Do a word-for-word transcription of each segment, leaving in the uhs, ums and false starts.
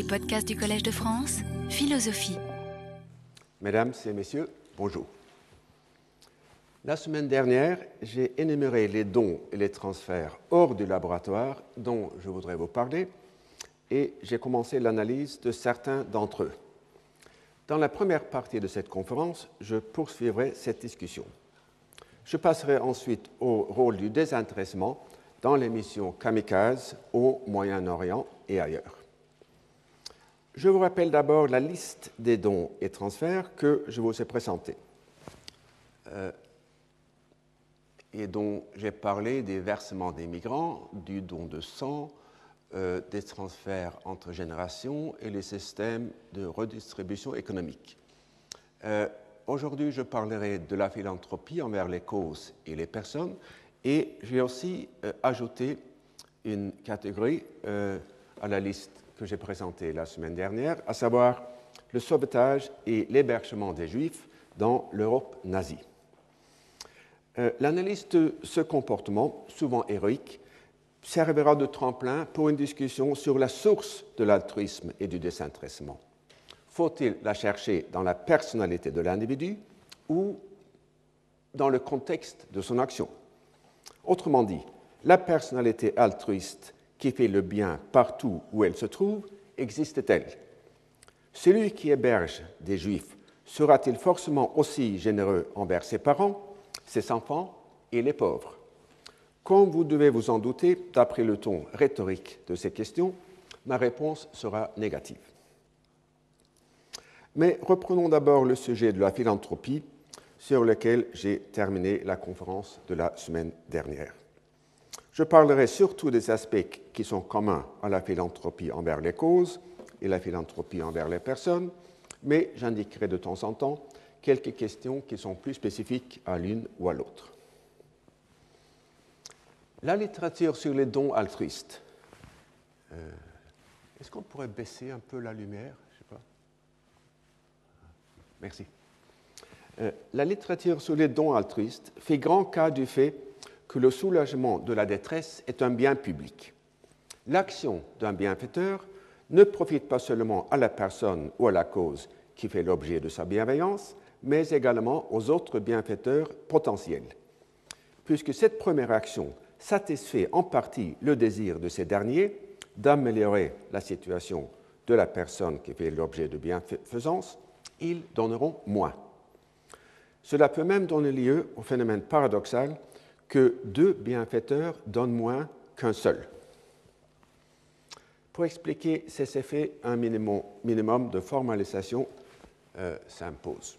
les podcasts du Collège de France, Philosophie. Mesdames et messieurs, bonjour. La semaine dernière, j'ai énuméré les dons et les transferts hors du laboratoire dont je voudrais vous parler et j'ai commencé l'analyse de certains d'entre eux. Dans la première partie de cette conférence, je poursuivrai cette discussion. Je passerai ensuite au rôle du désintéressement dans les missions kamikazes au Moyen-Orient et ailleurs. Je vous rappelle d'abord la liste des dons et transferts que je vous ai présentés euh, et dont j'ai parlé des versements des migrants, du don de sang, euh, des transferts entre générations et les systèmes de redistribution économique. Euh, Aujourd'hui, je parlerai de la philanthropie envers les causes et les personnes et j'ai aussi euh, ajouté une catégorie euh, à la liste que j'ai présentée la semaine dernière, à savoir le sauvetage et l'hébergement des Juifs dans l'Europe nazie. Euh, L'analyse de ce comportement, souvent héroïque, servira de tremplin pour une discussion sur la source de l'altruisme et du désintéressement. Faut-il la chercher dans la personnalité de l'individu ou dans le contexte de son action? Autrement dit, la personnalité altruiste qui fait le bien partout où elle se trouve, existe-t-elle? Celui qui héberge des Juifs sera-t-il forcément aussi généreux envers ses parents, ses enfants et les pauvres? Comme vous devez vous en douter, d'après le ton rhétorique de ces questions, ma réponse sera négative. Mais reprenons d'abord le sujet de la philanthropie, sur lequel j'ai terminé la conférence de la semaine dernière. Je parlerai surtout des aspects qui sont communs à la philanthropie envers les causes et la philanthropie envers les personnes, mais j'indiquerai de temps en temps quelques questions qui sont plus spécifiques à l'une ou à l'autre. La littérature sur les dons altruistes. Euh, est-ce qu'on pourrait baisser un peu la lumière? Je sais pas. Merci. Euh, la littérature sur les dons altruistes fait grand cas du fait que le soulagement de la détresse est un bien public. L'action d'un bienfaiteur ne profite pas seulement à la personne ou à la cause qui fait l'objet de sa bienveillance, mais également aux autres bienfaiteurs potentiels. Puisque cette première action satisfait en partie le désir de ces derniers d'améliorer la situation de la personne qui fait l'objet de bienfaisance, ils donneront moins. Cela peut même donner lieu au phénomène paradoxal que deux bienfaiteurs donnent moins qu'un seul. Pour expliquer ces effets, un minimum, minimum de formalisation euh, s'impose.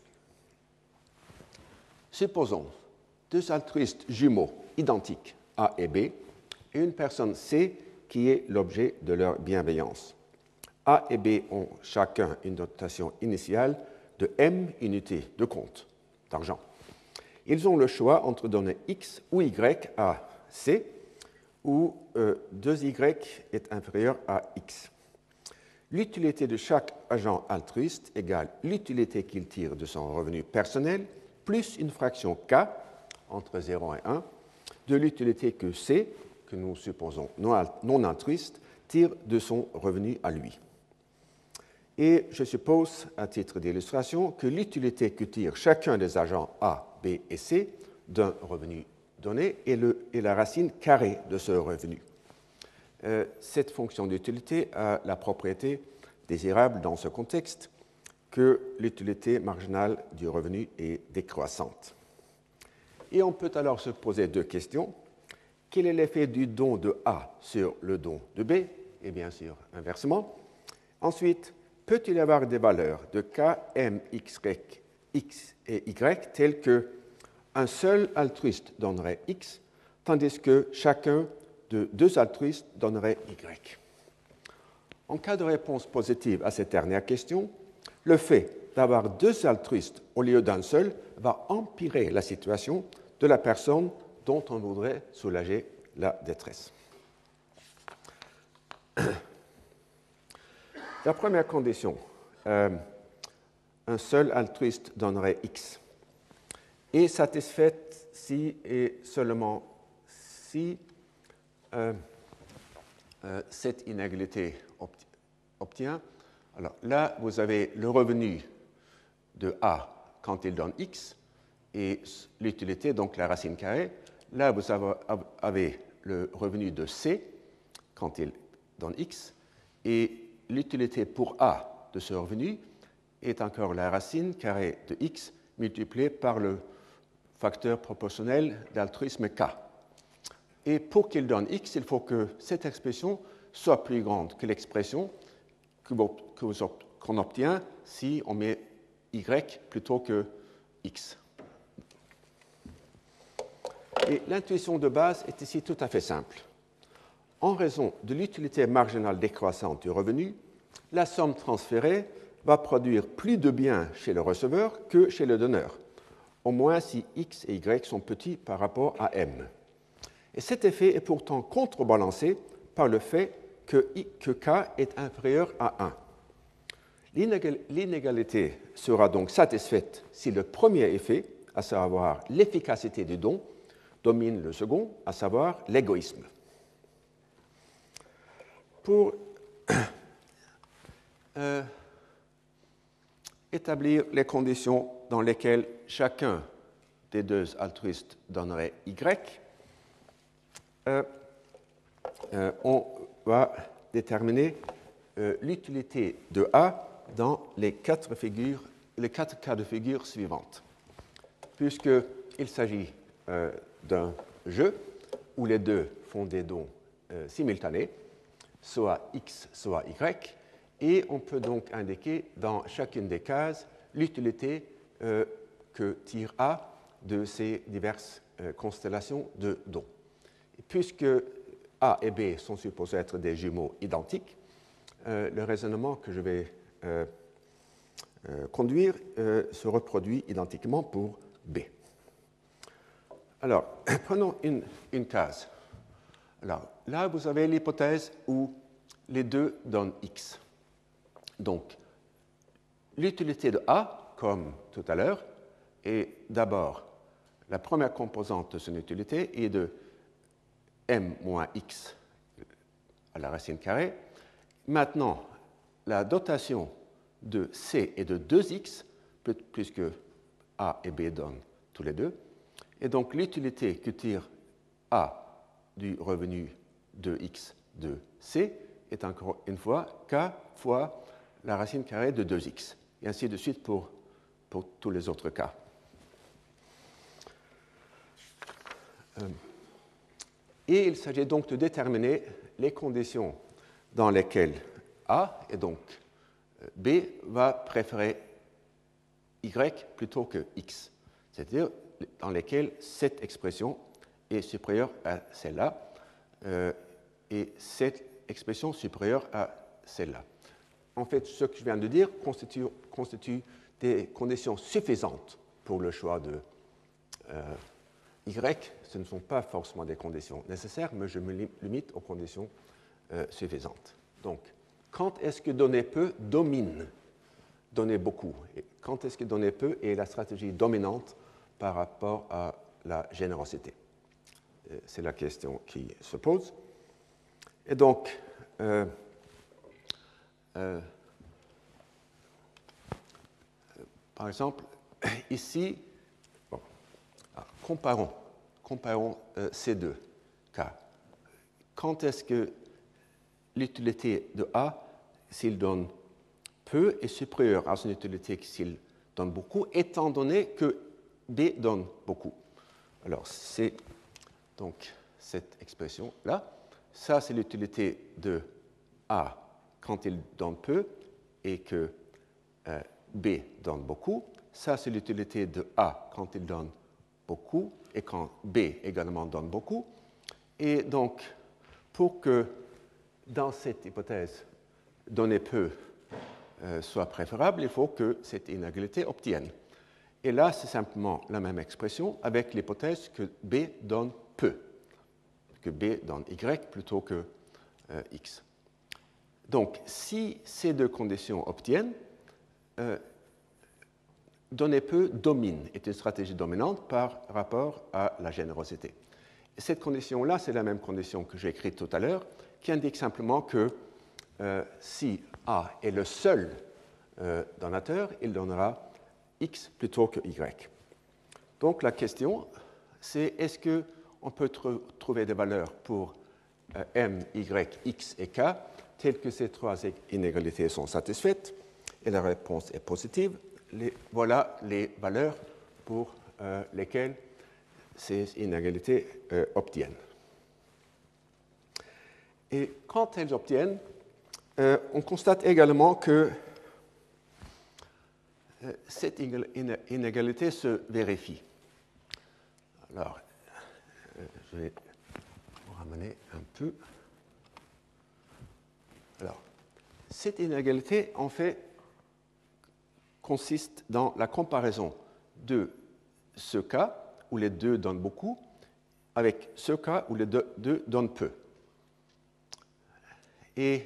Supposons deux altruistes jumeaux identiques, A et B, et une personne C qui est l'objet de leur bienveillance. A et B ont chacun une dotation initiale de M unités de compte d'argent. Ils ont le choix entre donner X ou Y à C, où euh, deux Y est inférieur à X. L'utilité de chaque agent altruiste égale l'utilité qu'il tire de son revenu personnel plus une fraction K, entre zéro et un, de l'utilité que C, que nous supposons non altruiste, tire de son revenu à lui. Et je suppose, à titre d'illustration, que l'utilité que tire chacun des agents A, B et C d'un revenu donné est, le, est la racine carrée de ce revenu. Euh, cette fonction d'utilité a la propriété désirable dans ce contexte que l'utilité marginale du revenu est décroissante. Et on peut alors se poser deux questions. Quel est l'effet du don de A sur le don de B? Et bien sûr, inversement. Ensuite, peut-il y avoir des valeurs de K, M, X, X et Y telles que un seul altruiste donnerait X, tandis que chacun de deux altruistes donnerait Y? En cas de réponse positive à cette dernière question, le fait d'avoir deux altruistes au lieu d'un seul va empirer la situation de la personne dont on voudrait soulager la détresse. La première condition, euh, un seul altruiste donnerait X, est satisfaite si et seulement si euh, euh, cette inégalité obtient Alors là, vous avez le revenu de A quand il donne x, et l'utilité, donc la racine carrée. Là, vous avez le revenu de C quand il donne x, et l'utilité pour A de ce revenu est encore la racine carrée de x multipliée par le facteur proportionnel d'altruisme k. Et pour qu'il donne x, il faut que cette expression soit plus grande que l'expression qu'on obtient si on met y plutôt que x. Et l'intuition de base est ici tout à fait simple. En raison de l'utilité marginale décroissante du revenu, la somme transférée va produire plus de biens chez le receveur que chez le donneur, au moins si x et y sont petits par rapport à m. Et cet effet est pourtant contrebalancé par le fait que, I, que k est inférieur à un. L'inégalité sera donc satisfaite si le premier effet, à savoir l'efficacité du don, domine le second, à savoir l'égoïsme. Pour euh, établir les conditions dans lesquelles chacun des deux altruistes donnerait y, euh, euh, on va déterminer euh, l'utilité de A dans les quatre, figures, les quatre cas de figure suivantes. Puisqu'il s'agit euh, d'un jeu où les deux font des dons euh, simultanés, soit x, soit y, et on peut donc indiquer dans chacune des cases l'utilité euh, que tire A de ces diverses euh, constellations de dons. Et puisque A et B sont supposés être des jumeaux identiques, euh, le raisonnement que je vais euh, euh, conduire euh, se reproduit identiquement pour B. Alors, prenons une, une case. Alors, là, vous avez l'hypothèse où les deux donnent x. Donc, l'utilité de A, comme tout à l'heure, est d'abord la première composante de son utilité est de m moins x à la racine carrée. Maintenant, la dotation de C est de deux x, puisque A et B donnent tous les deux. Et donc, l'utilité que tire A du revenu de x de C est encore une fois k fois la racine carrée de deux x, et ainsi de suite pour, pour tous les autres cas. Euh, et il s'agit donc de déterminer les conditions dans lesquelles A, et donc B, va préférer y plutôt que x, c'est-à-dire dans lesquelles cette expression est supérieure à celle-là, euh, et cette expression supérieure à celle-là. En fait, ce que je viens de dire constitue, constitue des conditions suffisantes pour le choix de euh, y. Ce ne sont pas forcément des conditions nécessaires, mais je me limite aux conditions euh, suffisantes. Donc, quand est-ce que donner peu domine donner beaucoup? Et quand est-ce que donner peu est la stratégie dominante par rapport à la générosité? C'est la question qui se pose. Et donc, euh, euh, par exemple, ici, bon, comparons, comparons euh, ces deux cas. Quand est-ce que l'utilité de A, s'il donne peu, est supérieure à son utilité s'il donne beaucoup, étant donné que B donne beaucoup? Alors, c'est donc cette expression-là. Ça, c'est l'utilité de A quand il donne peu et que euh, B donne beaucoup. Ça, c'est l'utilité de A quand il donne beaucoup et quand B également donne beaucoup. Et donc, pour que dans cette hypothèse, donner peu euh, soit préférable, il faut que cette inégalité obtienne. Et là, c'est simplement la même expression avec l'hypothèse que B donne peu, que B donne Y plutôt que euh, X. Donc, si ces deux conditions obtiennent, euh, donner peu domine, est une stratégie dominante par rapport à la générosité. Et cette condition-là, c'est la même condition que j'ai écrite tout à l'heure, qui indique simplement que euh, si A est le seul euh, donateur, il donnera X plutôt que Y. Donc la question, c'est est-ce qu'on peut tr trouver des valeurs pour euh, M, Y, X et K telles que ces trois inégalités sont satisfaites? Et la réponse est positive. Les, voilà les valeurs pour euh, lesquelles ces inégalités euh, obtiennent. Et quand elles obtiennent, euh, on constate également que euh, cette inégalité se vérifie. Alors, euh, je vais vous ramener un peu. Alors, cette inégalité, en fait, consiste dans la comparaison de ce cas où les deux donnent beaucoup avec ce cas où les deux, deux donnent peu. Et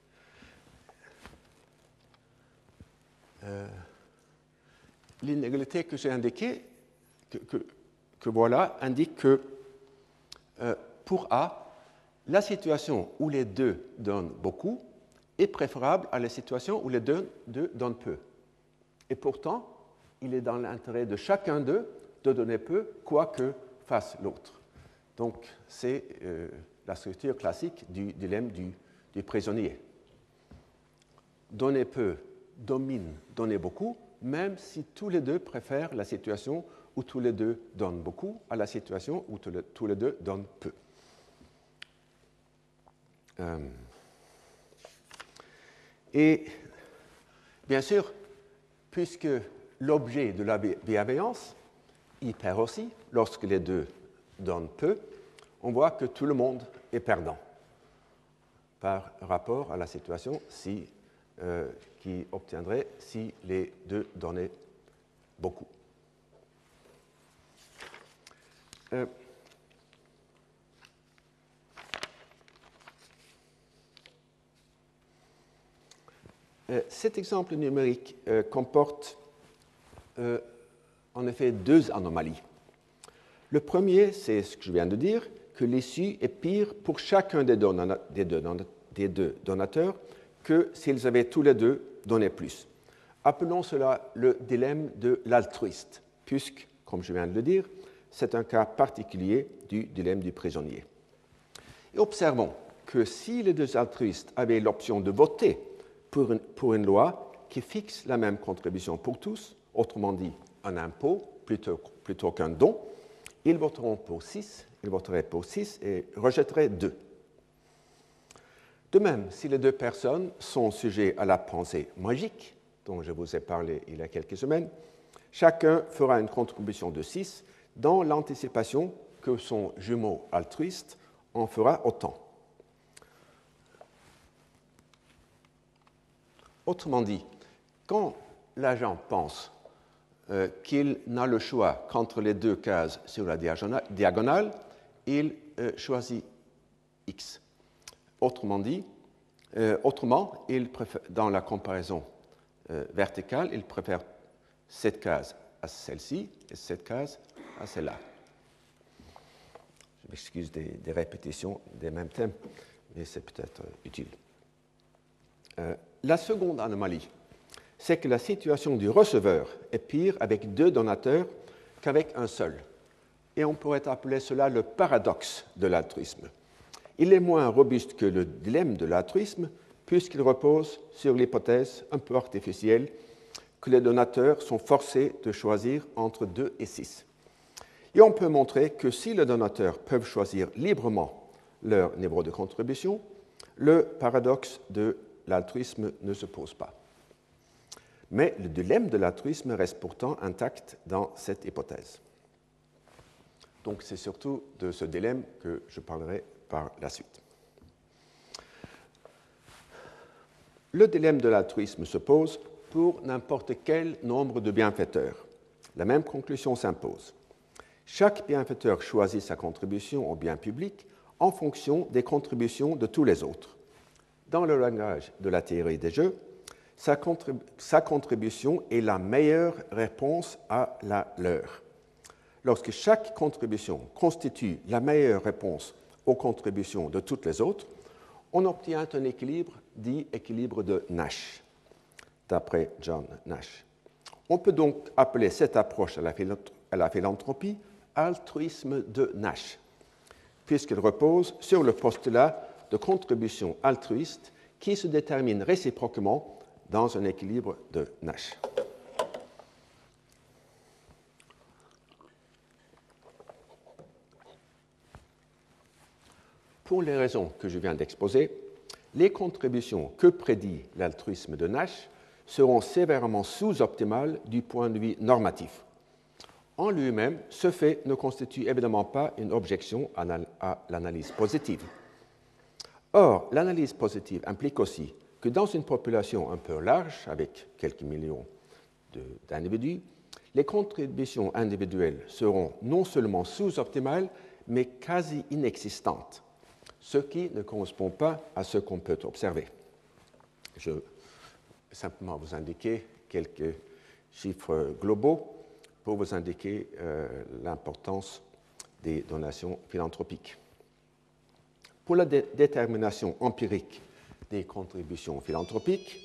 euh, l'inégalité que j'ai indiquée, que, que, que voilà, indique que euh, pour A, la situation où les deux donnent beaucoup est préférable à la situation où les deux, deux donnent peu. Et pourtant, il est dans l'intérêt de chacun d'eux de donner peu, quoi que fasse l'autre. Donc, c'est euh, la structure classique du dilemme du, du prisonnier. Donner peu domine donner beaucoup, même si tous les deux préfèrent la situation où tous les deux donnent beaucoup à la situation où tous les deux donnent peu. Euh, et bien sûr, puisque l'objet de la bienveillance y perd aussi, lorsque les deux donnent peu, on voit que tout le monde est perdant par rapport à la situation si, euh, qui obtiendrait si les deux donnaient beaucoup. Euh, euh, cet exemple numérique euh, comporte euh, en effet deux anomalies. Le premier, c'est ce que je viens de dire, que l'issue est pire pour chacun des, donna- des, deux, des deux donateurs que s'ils avaient tous les deux donné plus. Appelons cela le dilemme de l'altruiste, puisque, comme je viens de le dire, c'est un cas particulier du dilemme du prisonnier. Et observons que si les deux altruistes avaient l'option de voter pour une, pour une loi qui fixe la même contribution pour tous, autrement dit un impôt plutôt, plutôt qu'un don, ils voteront pour six, ils voteraient pour six et rejetteraient deux. De même, si les deux personnes sont sujets à la pensée magique, dont je vous ai parlé il y a quelques semaines, chacun fera une contribution de six dans l'anticipation que son jumeau altruiste en fera autant. Autrement dit, quand l'agent pense euh, qu'il n'a le choix qu'entre les deux cases sur la diagonale, il euh, choisit X. Autrement dit, euh, autrement, il préfère, dans la comparaison euh, verticale, il préfère cette case à celle-ci et cette case à celle-là. Je m'excuse des, des répétitions des mêmes thèmes, mais c'est peut-être euh, utile. Euh, la seconde anomalie, c'est que la situation du receveur est pire avec deux donateurs qu'avec un seul. Et on pourrait appeler cela le paradoxe de l'altruisme. Il est moins robuste que le dilemme de l'altruisme, puisqu'il repose sur l'hypothèse un peu artificielle que les donateurs sont forcés de choisir entre deux et six. Et on peut montrer que si les donateurs peuvent choisir librement leur niveau de contribution, le paradoxe de l'altruisme ne se pose pas. Mais le dilemme de l'altruisme reste pourtant intact dans cette hypothèse. Donc c'est surtout de ce dilemme que je parlerai par la suite. Le dilemme de l'altruisme se pose pour n'importe quel nombre de bienfaiteurs. La même conclusion s'impose. Chaque bienfaiteur choisit sa contribution au bien public en fonction des contributions de tous les autres. Dans le langage de la théorie des jeux, sa, contrib- sa contribution est la meilleure réponse à la leur. Lorsque chaque contribution constitue la meilleure réponse aux contributions de toutes les autres, on obtient un équilibre dit équilibre de Nash, d'après John Nash. On peut donc appeler cette approche à la, à la philanthropie altruisme de Nash, puisqu'elle repose sur le postulat de contribution altruiste qui se détermine réciproquement dans un équilibre de Nash. Pour les raisons que je viens d'exposer, les contributions que prédit l'altruisme de Nash seront sévèrement sous-optimales du point de vue normatif. En lui-même, ce fait ne constitue évidemment pas une objection à l'analyse positive. Or, l'analyse positive implique aussi que dans une population un peu large, avec quelques millions d'individus, les contributions individuelles seront non seulement sous-optimales, mais quasi inexistantes, ce qui ne correspond pas à ce qu'on peut observer. Je vais simplement vous indiquer quelques chiffres globaux pour vous indiquer euh, l'importance des donations philanthropiques. Pour la dé- détermination empirique des contributions philanthropiques,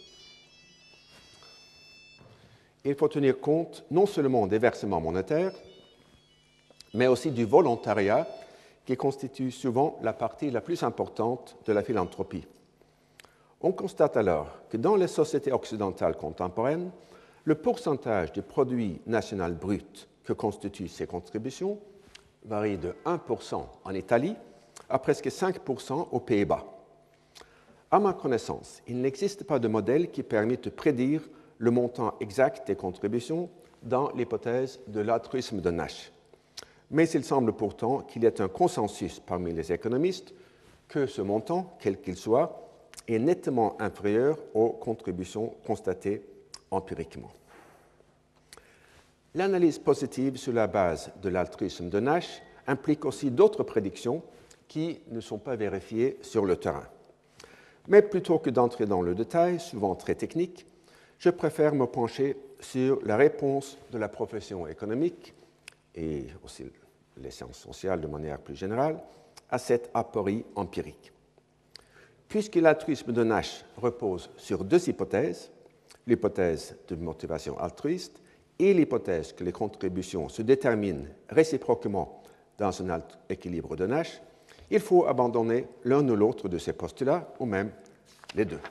il faut tenir compte non seulement des versements monétaires, mais aussi du volontariat qui constitue souvent la partie la plus importante de la philanthropie. On constate alors que dans les sociétés occidentales contemporaines, le pourcentage du produit national brut que constituent ces contributions varie de un pour cent en Italie à presque cinq pour cent aux Pays-Bas. À ma connaissance, il n'existe pas de modèle qui permette de prédire le montant exact des contributions dans l'hypothèse de l'altruisme de Nash. Mais il semble pourtant qu'il y ait un consensus parmi les économistes que ce montant, quel qu'il soit, est nettement inférieur aux contributions constatées empiriquement. L'analyse positive sur la base de l'altruisme de Nash implique aussi d'autres prédictions qui ne sont pas vérifiées sur le terrain. Mais plutôt que d'entrer dans le détail, souvent très technique, je préfère me pencher sur la réponse de la profession économique et aussi les sciences sociales de manière plus générale à cette aporie empirique. Puisque l'altruisme de Nash repose sur deux hypothèses, l'hypothèse de motivation altruiste et l'hypothèse que les contributions se déterminent réciproquement dans un équilibre de Nash, il faut abandonner l'un ou l'autre de ces postulats, ou même les deux.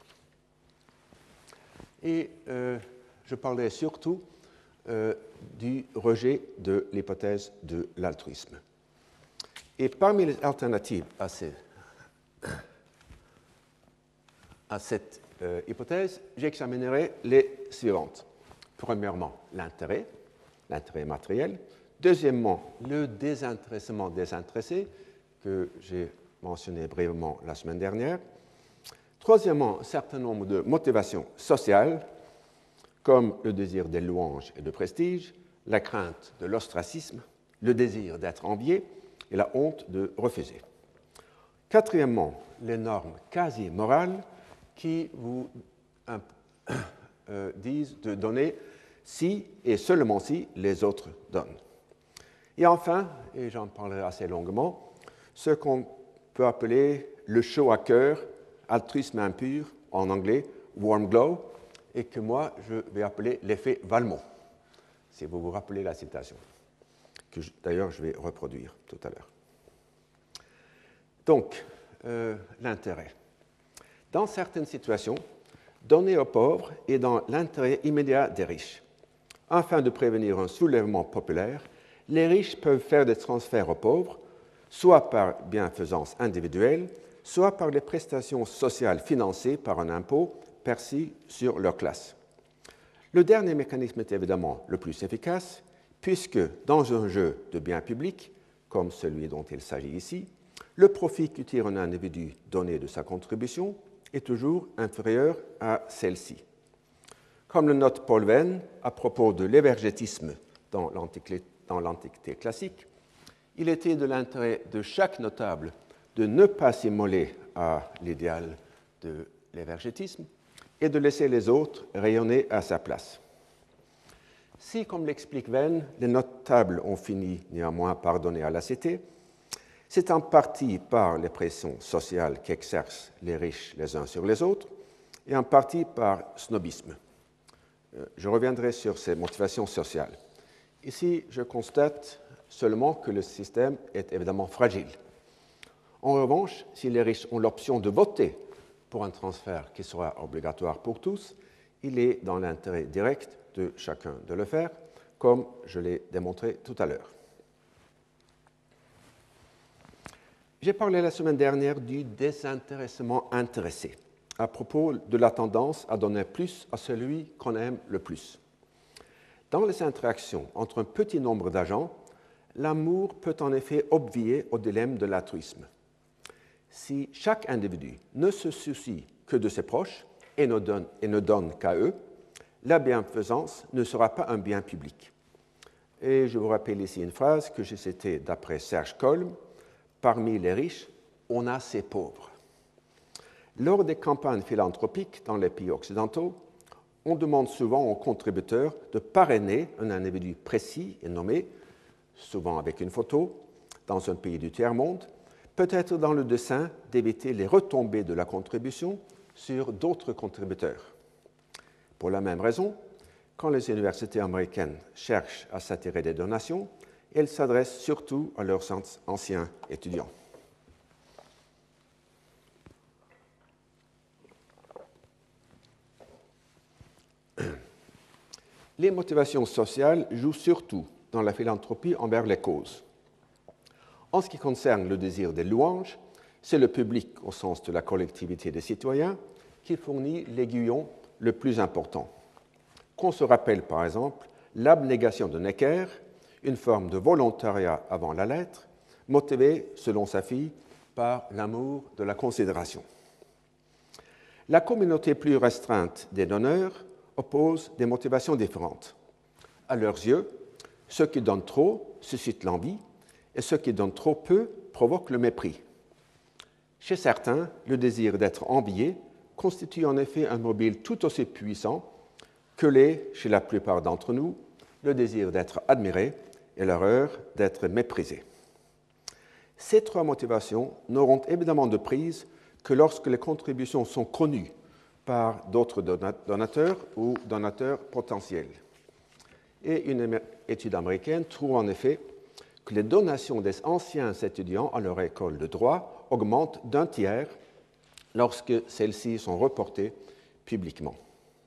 Et euh, je parlerai surtout euh, du rejet de l'hypothèse de l'altruisme. Et parmi les alternatives à, ces, à cette euh, hypothèse, j'examinerai les suivantes. Premièrement, l'intérêt, l'intérêt matériel. Deuxièmement, le désintéressement désintéressé, que j'ai mentionné brièvement la semaine dernière. Troisièmement, un certain nombre de motivations sociales, comme le désir des louanges et de prestige, la crainte de l'ostracisme, le désir d'être envié et la honte de refuser. Quatrièmement, les normes quasi morales qui vous euh, disent de donner si et seulement si les autres donnent. Et enfin, et j'en parlerai assez longuement, ce qu'on peut appeler le chaud à cœur, altruisme impur, en anglais, warm glow, et que moi, je vais appeler l'effet Valmont, si vous vous rappelez la citation, que je, d'ailleurs je vais reproduire tout à l'heure. Donc, euh, l'intérêt. Dans certaines situations, donner aux pauvres est dans l'intérêt immédiat des riches. Afin de prévenir un soulèvement populaire, les riches peuvent faire des transferts aux pauvres, soit par bienfaisance individuelle, soit par les prestations sociales financées par un impôt perçu sur leur classe. Le dernier mécanisme est évidemment le plus efficace, puisque dans un jeu de biens publics, comme celui dont il s'agit ici, le profit que tire un individu donné de sa contribution est toujours inférieur à celle-ci. Comme le note Paul Venn à propos de l'évergétisme dans l'Antiquité classique, il était de l'intérêt de chaque notable de ne pas s'immoler à l'idéal de l'évergétisme et de laisser les autres rayonner à sa place. Si, comme l'explique Venn, les notables ont fini néanmoins par donner à la cité, C'est en partie par les pressions sociales qu'exercent les riches les uns sur les autres, et en partie par snobisme. Je reviendrai sur ces motivations sociales. Ici, je constate seulement que le système est évidemment fragile. En revanche, si les riches ont l'option de voter pour un transfert qui sera obligatoire pour tous, il est dans l'intérêt direct de chacun de le faire, comme je l'ai démontré tout à l'heure. J'ai parlé la semaine dernière du désintéressement intéressé, à propos de la tendance à donner plus à celui qu'on aime le plus. Dans les interactions entre un petit nombre d'agents, l'amour peut en effet obvier au dilemme de l'altruisme. Si chaque individu ne se soucie que de ses proches et ne donne, et ne donne qu'à eux, la bienfaisance ne sera pas un bien public. Et je vous rappelle ici une phrase que j'ai citée d'après Serge Kolm: « Parmi les riches, on a ces pauvres ». Lors des campagnes philanthropiques dans les pays occidentaux, on demande souvent aux contributeurs de parrainer un individu précis et nommé, souvent avec une photo, dans un pays du tiers-monde, peut-être dans le dessein d'éviter les retombées de la contribution sur d'autres contributeurs. Pour la même raison, quand les universités américaines cherchent à s'attirer des donations, elles s'adressent surtout à leurs anciens étudiants. Les motivations sociales jouent surtout dans la philanthropie envers les causes. En ce qui concerne le désir des louanges, c'est le public, au sens de la collectivité des citoyens, qui fournit l'aiguillon le plus important. Qu'on se rappelle par exemple l'abnégation de Necker, une forme de volontariat avant la lettre, motivée, selon sa fille, par l'amour de la considération. La communauté plus restreinte des donneurs oppose des motivations différentes. À leurs yeux, ceux qui donnent trop suscitent l'envie et ceux qui donnent trop peu provoquent le mépris. Chez certains, le désir d'être envié constitue en effet un mobile tout aussi puissant que l'est, chez la plupart d'entre nous, le désir d'être admiré et l'horreur d'être méprisé. Ces trois motivations n'auront évidemment de prise que lorsque les contributions sont connues par d'autres donateurs ou donateurs potentiels. Et une étude américaine trouve en effet que les donations des anciens étudiants à leur école de droit augmentent d'un tiers lorsque celles-ci sont reportées publiquement.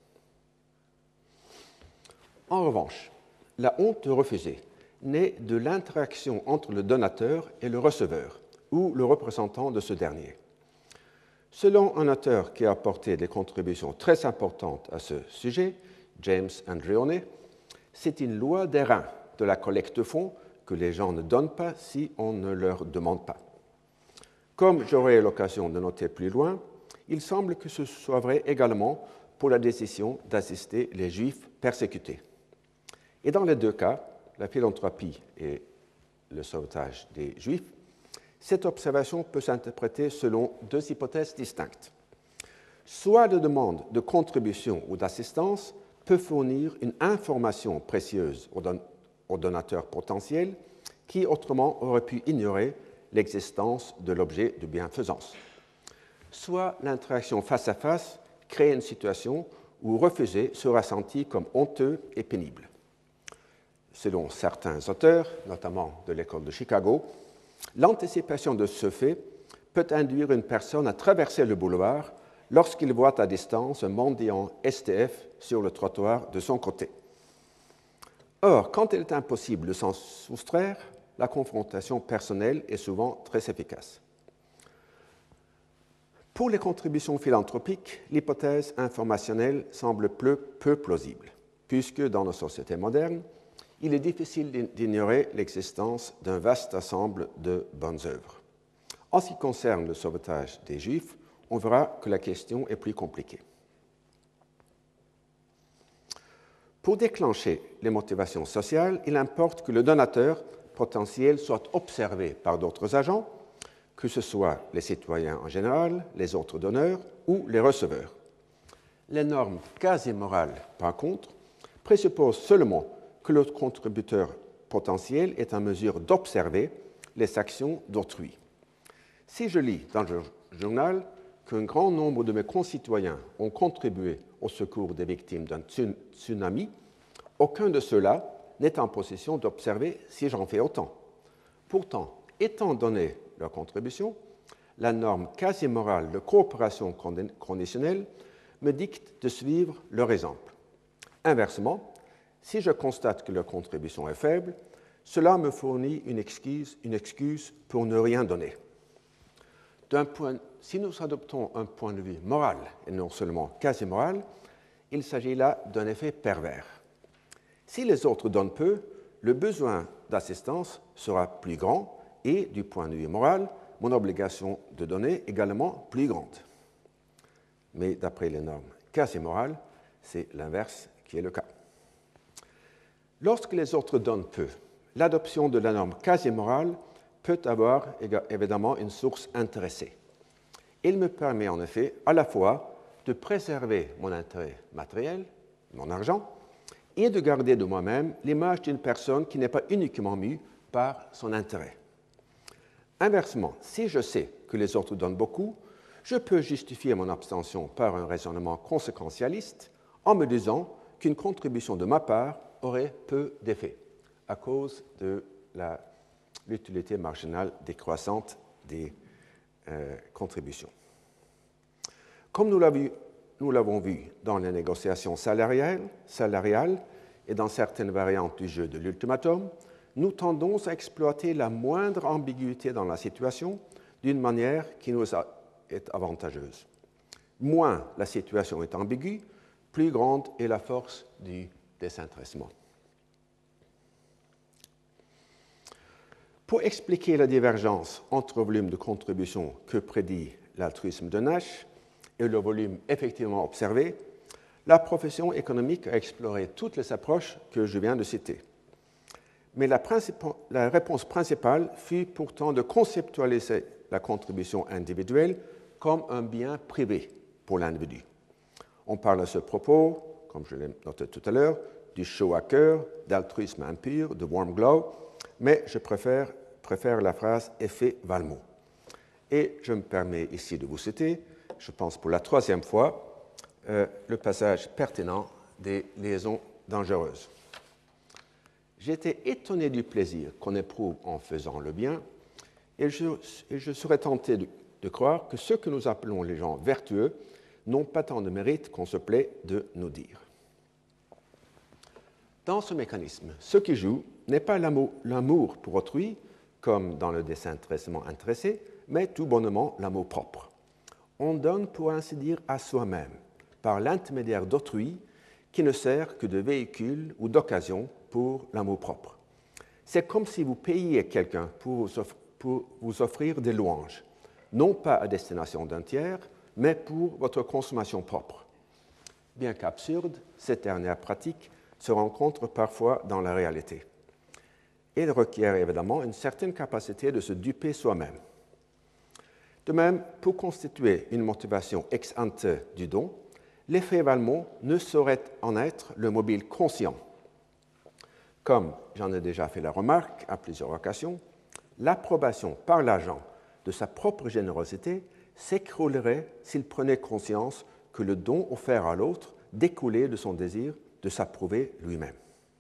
En revanche, la honte de refuser naît de l'interaction entre le donateur et le receveur, ou le représentant de ce dernier. Selon un auteur qui a apporté des contributions très importantes à ce sujet, James Andreoni, c'est une loi des reins de la collecte de fonds que les gens ne donnent pas si on ne leur demande pas. Comme j'aurai l'occasion de noter plus loin, il semble que ce soit vrai également pour la décision d'assister les Juifs persécutés. Et dans les deux cas, la philanthropie et le sauvetage des Juifs, cette observation peut s'interpréter selon deux hypothèses distinctes. Soit la demande de contribution ou d'assistance peut fournir une information précieuse aux, don- aux donateurs potentiels qui autrement auraient pu ignorer l'existence de l'objet de bienfaisance. Soit l'interaction face à face crée une situation où refuser sera senti comme honteux et pénible. Selon certains auteurs, notamment de l'école de Chicago, l'anticipation de ce fait peut induire une personne à traverser le boulevard lorsqu'il voit à distance un mendiant S T F sur le trottoir de son côté. Or, quand il est impossible de s'en soustraire, la confrontation personnelle est souvent très efficace. Pour les contributions philanthropiques, l'hypothèse informationnelle semble peu, peu plausible, puisque dans nos sociétés modernes, il est difficile d'ignorer l'existence d'un vaste ensemble de bonnes œuvres. En ce qui concerne le sauvetage des Juifs, on verra que la question est plus compliquée. Pour déclencher les motivations sociales, il importe que le donateur potentiel soit observé par d'autres agents, que ce soit les citoyens en général, les autres donneurs ou les receveurs. Les normes quasi morales, par contre, présupposent seulement que le contributeur potentiel est en mesure d'observer les actions d'autrui. Si je lis dans le journal qu'un grand nombre de mes concitoyens ont contribué au secours des victimes d'un tsunami, aucun de ceux-là n'est en possession d'observer si j'en fais autant. Pourtant, étant donné leur contribution, la norme quasi-morale de coopération conditionnelle me dicte de suivre leur exemple. Inversement, si je constate que leur contribution est faible, cela me fournit une excuse, une excuse pour ne rien donner. D'un point, si nous adoptons un point de vue moral et non seulement quasi-moral, il s'agit là d'un effet pervers. Si les autres donnent peu, le besoin d'assistance sera plus grand et, du point de vue moral, mon obligation de donner également plus grande. Mais d'après les normes quasi-morales, c'est l'inverse qui est le cas. Lorsque les autres donnent peu, l'adoption de la norme quasi-morale peut avoir évidemment une source intéressée. Il me permet en effet à la fois de préserver mon intérêt matériel, mon argent, et de garder de moi-même l'image d'une personne qui n'est pas uniquement mue par son intérêt. Inversement, si je sais que les autres donnent beaucoup, je peux justifier mon abstention par un raisonnement conséquentialiste en me disant qu'une contribution de ma part aurait peu d'effet à cause de la, l'utilité marginale décroissante des euh, contributions. Comme nous l'avons, nous l'avons vu dans les négociations salariales, salariales et dans certaines variantes du jeu de l'ultimatum, nous tendons à exploiter la moindre ambiguïté dans la situation d'une manière qui nous est avantageuse. Moins la situation est ambiguë, plus grande est la force du désintéressement. Pour expliquer la divergence entre le volume de contribution que prédit l'altruisme de Nash et le volume effectivement observé, la profession économique a exploré toutes les approches que je viens de citer. Mais la, la réponse principale fut pourtant de conceptualiser la contribution individuelle comme un bien privé pour l'individu. On parle à ce propos, comme je l'ai noté tout à l'heure, du show à cœur, d'altruisme impur, de warm glow, mais je préfère, préfère la phrase « effet Valmont ». Et je me permets ici de vous citer, je pense pour la troisième fois, euh, le passage pertinent des liaisons dangereuses. J'étais étonné du plaisir qu'on éprouve en faisant le bien, et je, et je serais tenté de, de croire que ceux que nous appelons les gens vertueux n'ont pas tant de mérite qu'on se plaît de nous dire. Dans ce mécanisme, ce qui joue n'est pas l'amour, l'amour pour autrui, comme dans le désintéressement intéressé, mais tout bonnement l'amour propre. On donne pour ainsi dire à soi-même, par l'intermédiaire d'autrui, qui ne sert que de véhicule ou d'occasion pour l'amour propre. C'est comme si vous payiez quelqu'un pour, pour vous offrir des louanges, non pas à destination d'un tiers, mais pour votre consommation propre. Bien qu'absurde, cette dernière pratique se rencontre parfois dans la réalité. Elle requiert évidemment une certaine capacité de se duper soi-même. De même, pour constituer une motivation ex ante du don, l'effet Valmont ne saurait en être le mobile conscient. Comme j'en ai déjà fait la remarque à plusieurs occasions, l'approbation par l'agent de sa propre générosité s'écroulerait s'il prenait conscience que le don offert à l'autre découlait de son désir de s'approuver lui-même.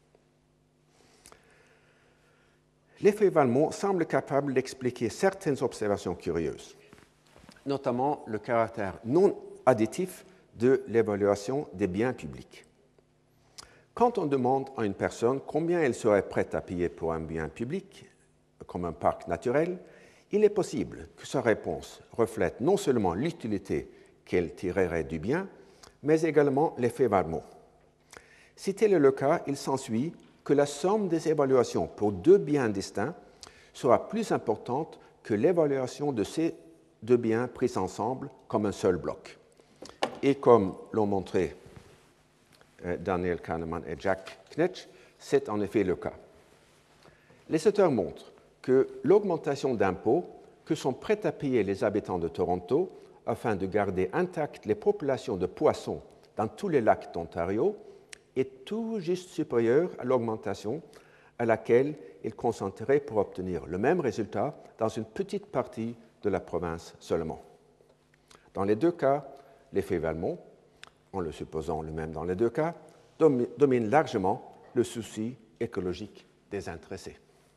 L'effet Valmont semble capable d'expliquer certaines observations curieuses, notamment le caractère non additif de l'évaluation des biens publics. Quand on demande à une personne combien elle serait prête à payer pour un bien public, comme un parc naturel, il est possible que sa réponse reflète non seulement l'utilité qu'elle tirerait du bien, mais également l'effet Valmont. Si tel est le cas, il s'ensuit que la somme des évaluations pour deux biens distincts sera plus importante que l'évaluation de ces deux biens pris ensemble comme un seul bloc. Et comme l'ont montré euh, Daniel Kahneman et Jack Knetsch, c'est en effet le cas. Les auteurs montrent que l'augmentation d'impôts que sont prêts à payer les habitants de Toronto afin de garder intactes les populations de poissons dans tous les lacs d'Ontario est tout juste supérieure à l'augmentation à laquelle il consentirait pour obtenir le même résultat dans une petite partie de la province seulement. Dans les deux cas, l'effet Valmont, en le supposant le même dans les deux cas, domine largement le souci écologique des intéressés.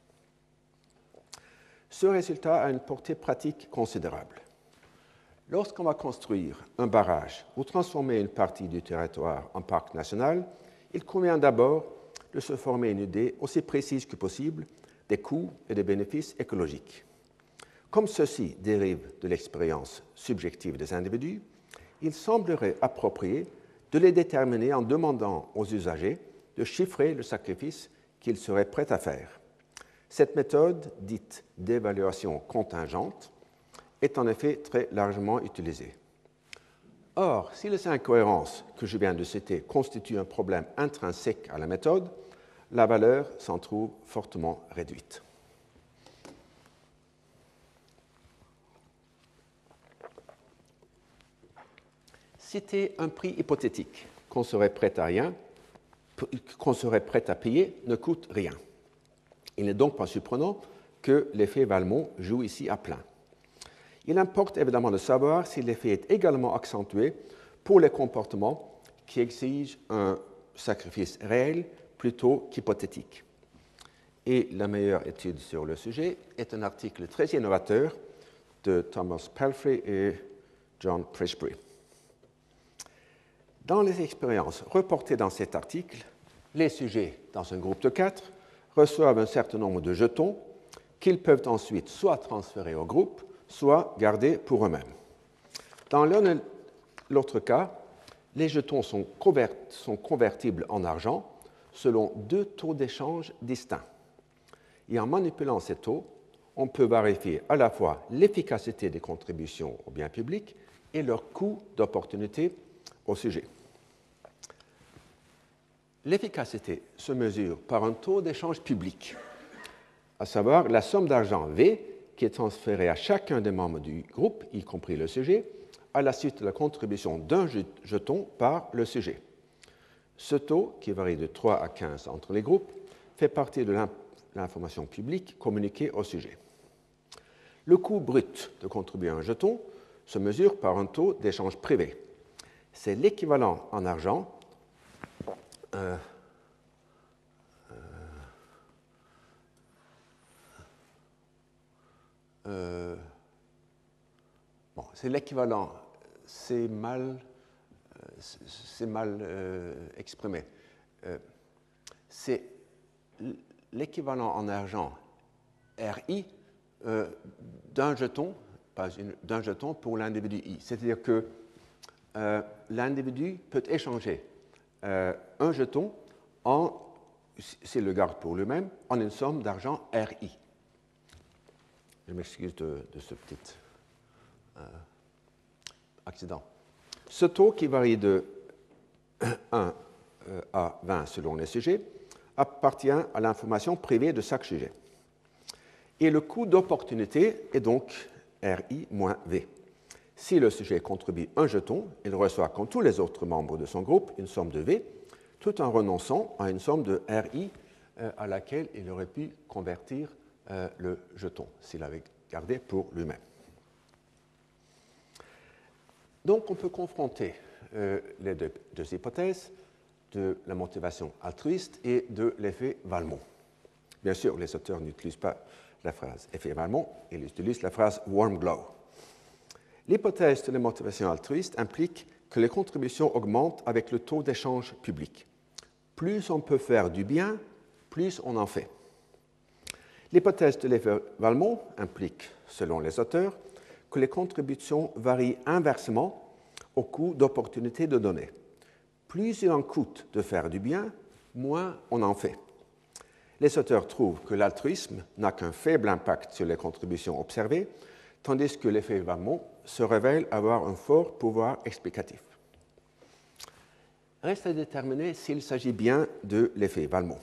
Ce résultat a une portée pratique considérable. Lorsqu'on va construire un barrage ou transformer une partie du territoire en parc national, il convient d'abord de se former une idée aussi précise que possible des coûts et des bénéfices écologiques. Comme ceux-ci dérivent de l'expérience subjective des individus, il semblerait approprié de les déterminer en demandant aux usagers de chiffrer le sacrifice qu'ils seraient prêts à faire. Cette méthode, dite d'évaluation contingente, est en effet très largement utilisée. Or, si les incohérences que je viens de citer constituent un problème intrinsèque à la méthode, la valeur s'en trouve fortement réduite. Citer un prix hypothétique qu'on serait prêt à rien, qu'on serait prêt à payer ne coûte rien. Il n'est donc pas surprenant que l'effet Valmont joue ici à plein. Il importe évidemment de savoir si l'effet est également accentué pour les comportements qui exigent un sacrifice réel plutôt qu'hypothétique. Et la meilleure étude sur le sujet est un article très innovateur de Thomas Palfrey et John Prishbury. Dans les expériences reportées dans cet article, les sujets, dans un groupe de quatre, reçoivent un certain nombre de jetons qu'ils peuvent ensuite soit transférer au groupe, soit garder pour eux-mêmes. Dans l'un et l'autre cas, les jetons sont, convert- sont convertibles en argent selon deux taux d'échange distincts. Et en manipulant ces taux, on peut vérifier à la fois l'efficacité des contributions au bien public et leur coût d'opportunité au sujet. L'efficacité se mesure par un taux d'échange public, à savoir la somme d'argent V qui est transférée à chacun des membres du groupe, y compris le sujet, à la suite de la contribution d'un jeton par le sujet. Ce taux, qui varie de trois à quinze entre les groupes, fait partie de l'information publique communiquée au sujet. Le coût brut de contribuer un jeton se mesure par un taux d'échange privé. C'est l'équivalent en argent euh, euh, euh, bon, c'est l'équivalent, c'est mal, c'est mal euh, exprimé. Euh, c'est l'équivalent en argent R I euh, d'un jeton, pas une, d'un jeton pour l'individu I. C'est-à-dire que euh, l'individu peut échanger euh, un jeton en, s'il le garde pour lui-même, en une somme d'argent R I. Je m'excuse de, de ce petit euh, accident. Ce taux, qui varie de un à vingt selon les sujets, appartient à l'information privée de chaque sujet. Et le coût d'opportunité est donc R I moins V. Si le sujet contribue un jeton, il reçoit, comme tous les autres membres de son groupe, une somme de V, tout en renonçant à une somme de R I euh, à laquelle il aurait pu convertir euh, le jeton, s'il avait gardé pour lui-même. Donc, on peut confronter euh, les deux, deux hypothèses de la motivation altruiste et de l'effet Valmont. Bien sûr, les auteurs n'utilisent pas la phrase effet Valmont, ils utilisent la phrase warm glow. L'hypothèse de la motivation altruiste implique que les contributions augmentent avec le taux d'échange public. Plus on peut faire du bien, plus on en fait. L'hypothèse de l'effet Valmont implique, selon les auteurs, que les contributions varient inversement au coût d'opportunité de donner. Plus il en coûte de faire du bien, moins on en fait. Les auteurs trouvent que l'altruisme n'a qu'un faible impact sur les contributions observées, tandis que l'effet Valmont se révèle avoir un fort pouvoir explicatif. Reste à déterminer s'il s'agit bien de l'effet Valmont.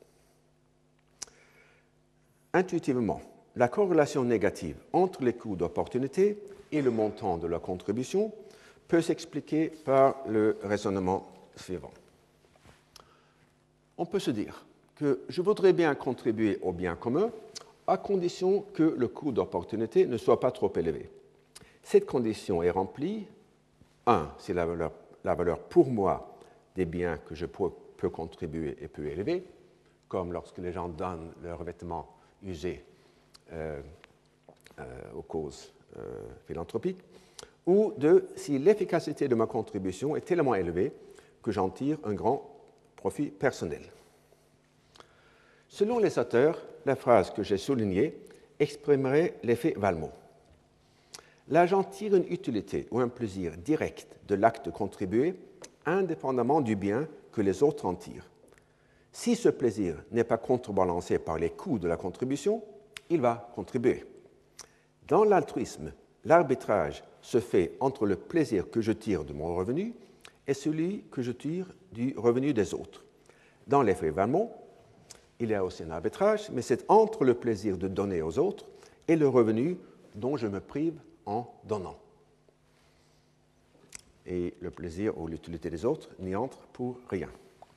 Intuitivement, la corrélation négative entre les coûts d'opportunité et le montant de la contribution peut s'expliquer par le raisonnement suivant. On peut se dire que je voudrais bien contribuer au bien commun à condition que le coût d'opportunité ne soit pas trop élevé. Cette condition est remplie, un, si la valeur, la valeur pour moi des biens que je peux, peux contribuer est peu élevée, comme lorsque les gens donnent leurs vêtements usés euh, euh, aux causes euh, philanthropiques, ou deux, si l'efficacité de ma contribution est tellement élevée que j'en tire un grand profit personnel. Selon les auteurs, la phrase que j'ai soulignée exprimerait l'effet Valmont. L'agent tire une utilité ou un plaisir direct de l'acte de contribuer, indépendamment du bien que les autres en tirent. Si ce plaisir n'est pas contrebalancé par les coûts de la contribution, il va contribuer. Dans l'altruisme, l'arbitrage se fait entre le plaisir que je tire de mon revenu et celui que je tire du revenu des autres. Dans l'effet Valmont, il y a aussi un arbitrage, mais c'est entre le plaisir de donner aux autres et le revenu dont je me prive en donnant. Et le plaisir ou l'utilité des autres n'y entre pour rien.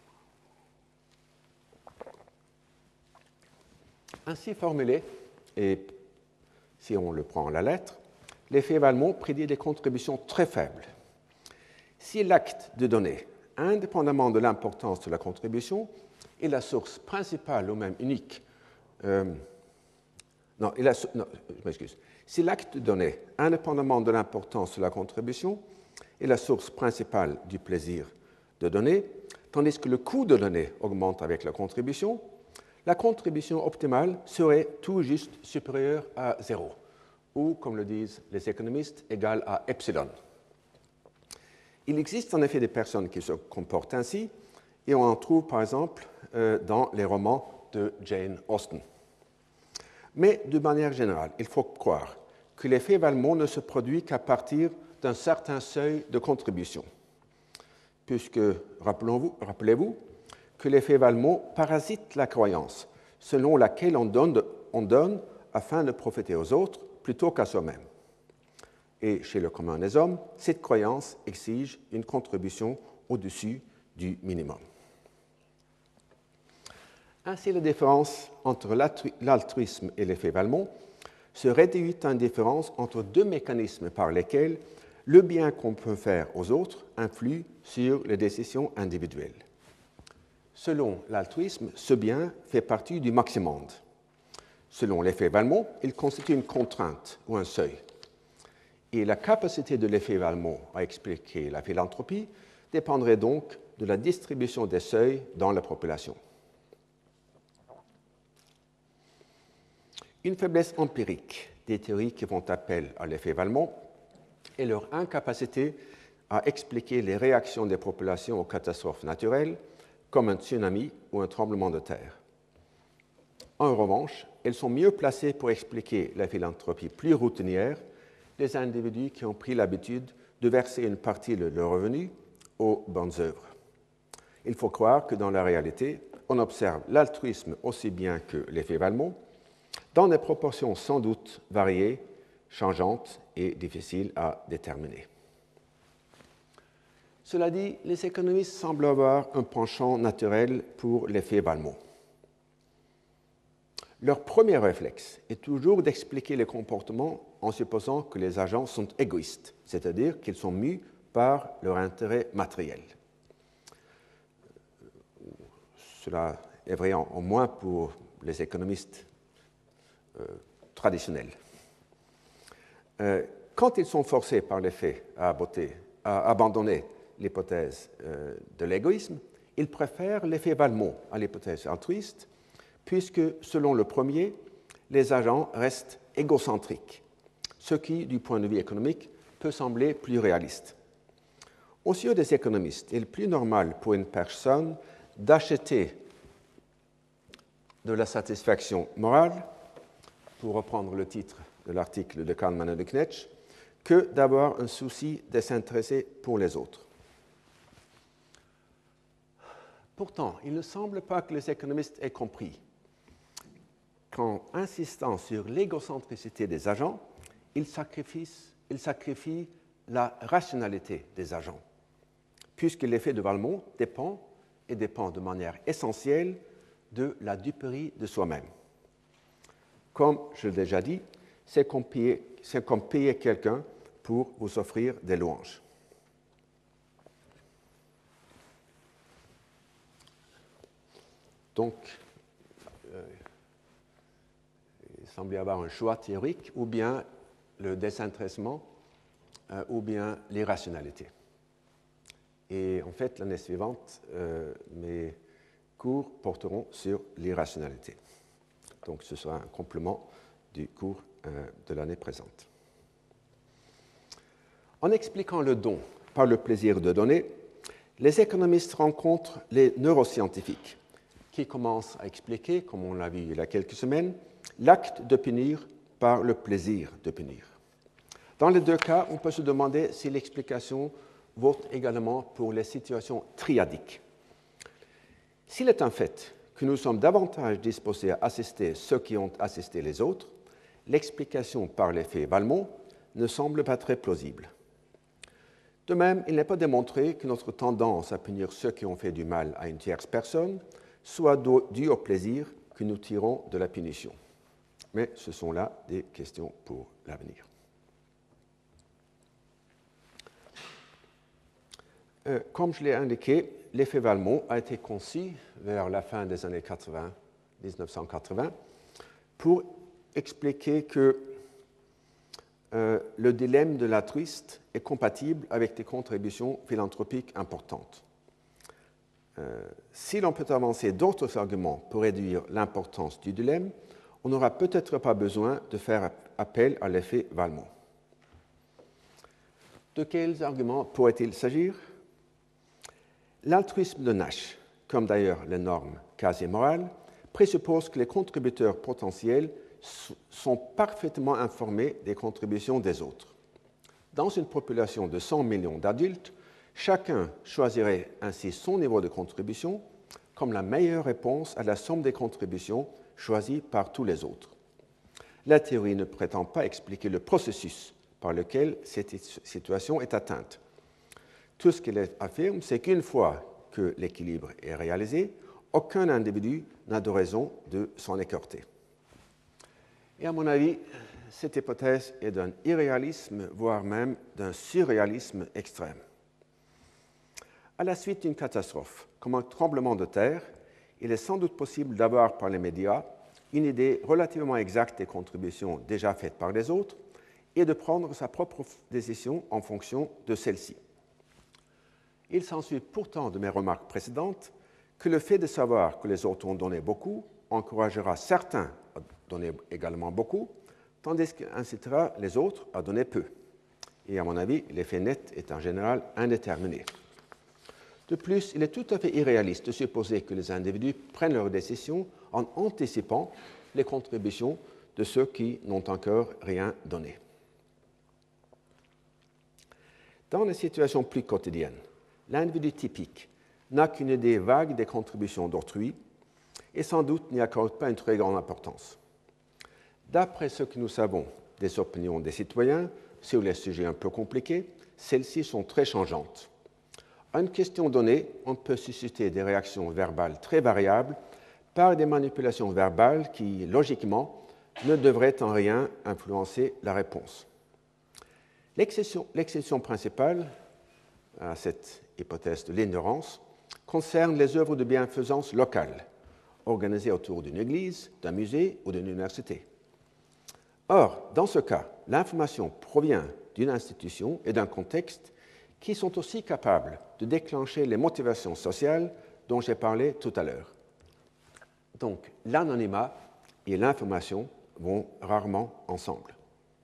Ainsi formulé, et si on le prend à la lettre, l'effet Valmont prédit des contributions très faibles. Si l'acte de donner, indépendamment de l'importance de la contribution, est la source principale ou même unique, euh, non, est la, non, je m'excuse. Si l'acte de donner, indépendamment de l'importance de la contribution, est la source principale du plaisir de donner, tandis que le coût de donner augmente avec la contribution, la contribution optimale serait tout juste supérieure à zéro, ou, comme le disent les économistes, égale à epsilon. Il existe en effet des personnes qui se comportent ainsi, et on en trouve par exemple euh, dans les romans de Jane Austen. Mais de manière générale, il faut croire que l'effet Valmont ne se produit qu'à partir d'un certain seuil de contribution, puisque, rappelez-vous, rappelez-vous que l'effet Valmont parasite la croyance selon laquelle on donne, on donne afin de profiter aux autres plutôt qu'à soi-même. Et chez le commun des hommes, cette croyance exige une contribution au-dessus du minimum. Ainsi, la différence entre l'altruisme et l'effet Valmont se réduit à une différence entre deux mécanismes par lesquels le bien qu'on peut faire aux autres influe sur les décisions individuelles. Selon l'altruisme, ce bien fait partie du maximonde. Selon l'effet Valmont, il constitue une contrainte ou un seuil. Et la capacité de l'effet Valmont à expliquer la philanthropie dépendrait donc de la distribution des seuils dans la population. Une faiblesse empirique des théories qui font appel à l'effet Valmont est leur incapacité à expliquer les réactions des populations aux catastrophes naturelles, comme un tsunami ou un tremblement de terre. En revanche, elles sont mieux placées pour expliquer la philanthropie plus routinière des individus qui ont pris l'habitude de verser une partie de leurs revenus aux bonnes œuvres. Il faut croire que dans la réalité, on observe l'altruisme aussi bien que l'effet Valmont, dans des proportions sans doute variées, changeantes et difficiles à déterminer. Cela dit, les économistes semblent avoir un penchant naturel pour l'effet Valmont. Leur premier réflexe est toujours d'expliquer les comportements en supposant que les agents sont égoïstes, c'est-à-dire qu'ils sont mus par leur intérêt matériel. Cela est vrai en moins pour les économistes euh, traditionnels. Euh, quand ils sont forcés par les faits à, aboter, à abandonner l'hypothèse euh, de l'égoïsme, ils préfèrent l'effet Valmont à l'hypothèse altruiste, puisque, selon le premier, les agents restent égocentriques, ce qui, du point de vue économique, peut sembler plus réaliste. Aux yeux des économistes, il est plus normal pour une personne d'acheter de la satisfaction morale, pour reprendre le titre de l'article de Kahneman et de Knetsch, que d'avoir un souci désintéressé pour les autres. Pourtant, il ne semble pas que les économistes aient compris qu'en insistant sur l'égocentricité des agents, ils sacrifient, ils sacrifient la rationalité des agents, puisque l'effet de Valmont dépend, et dépend de manière essentielle, de la duperie de soi-même. Comme je l'ai déjà dit, c'est comme payer, c'est comme payer quelqu'un pour vous offrir des louanges. Donc, euh, il semble y avoir un choix théorique, ou bien le désintéressement, euh, ou bien l'irrationalité. Et en fait, l'année suivante, euh, mes cours porteront sur l'irrationalité. Donc, ce sera un complément du cours euh, de l'année présente. En expliquant le don par le plaisir de donner, les économistes rencontrent les neuroscientifiques qui commencent à expliquer, comme on l'a vu il y a quelques semaines, l'acte de punir par le plaisir de punir. Dans les deux cas, on peut se demander si l'explication vaut également pour les situations triadiques. S'il est un fait que nous sommes davantage disposés à assister ceux qui ont assisté les autres, l'explication par l'effet Valmont ne semble pas très plausible. De même, il n'est pas démontré que notre tendance à punir ceux qui ont fait du mal à une tierce personne soit due au plaisir que nous tirons de la punition. Mais ce sont là des questions pour l'avenir. Euh, comme je l'ai indiqué, l'effet Valmont a été conçu vers la fin des années quatre-vingts, dix-neuf cent quatre-vingts, pour expliquer que euh, le dilemme de l'altruiste est compatible avec des contributions philanthropiques importantes. Euh, si l'on peut avancer d'autres arguments pour réduire l'importance du dilemme, on n'aura peut-être pas besoin de faire appel à l'effet Valmont. De quels arguments pourrait-il s'agir ? L'altruisme de Nash, comme d'ailleurs les normes quasi-morales, présuppose que les contributeurs potentiels sont parfaitement informés des contributions des autres. Dans une population de cent millions d'adultes, chacun choisirait ainsi son niveau de contribution comme la meilleure réponse à la somme des contributions choisies par tous les autres. La théorie ne prétend pas expliquer le processus par lequel cette situation est atteinte. Tout ce qu'elle affirme, c'est qu'une fois que l'équilibre est réalisé, aucun individu n'a de raison de s'en écarter. Et à mon avis, cette hypothèse est d'un irréalisme, voire même d'un surréalisme extrême. À la suite d'une catastrophe, comme un tremblement de terre, il est sans doute possible d'avoir par les médias une idée relativement exacte des contributions déjà faites par les autres et de prendre sa propre décision en fonction de celle-ci. Il s'ensuit pourtant de mes remarques précédentes que le fait de savoir que les autres ont donné beaucoup encouragera certains à donner également beaucoup, tandis qu'il incitera les autres à donner peu. Et à mon avis, l'effet net est en général indéterminé. De plus, il est tout à fait irréaliste de supposer que les individus prennent leurs décisions en anticipant les contributions de ceux qui n'ont encore rien donné. Dans les situations plus quotidiennes, l'individu typique n'a qu'une idée vague des contributions d'autrui et sans doute n'y accorde pas une très grande importance. D'après ce que nous savons des opinions des citoyens sur les sujets un peu compliqués, celles-ci sont très changeantes. À une question donnée, on peut susciter des réactions verbales très variables par des manipulations verbales qui, logiquement, ne devraient en rien influencer la réponse. L'exception, l'exception principale à cette hypothèse de l'ignorance concerne les œuvres de bienfaisance locales, organisées autour d'une église, d'un musée ou d'une université. Or, dans ce cas, l'information provient d'une institution et d'un contexte qui sont aussi capables de déclencher les motivations sociales dont j'ai parlé tout à l'heure. Donc, l'anonymat et l'information vont rarement ensemble.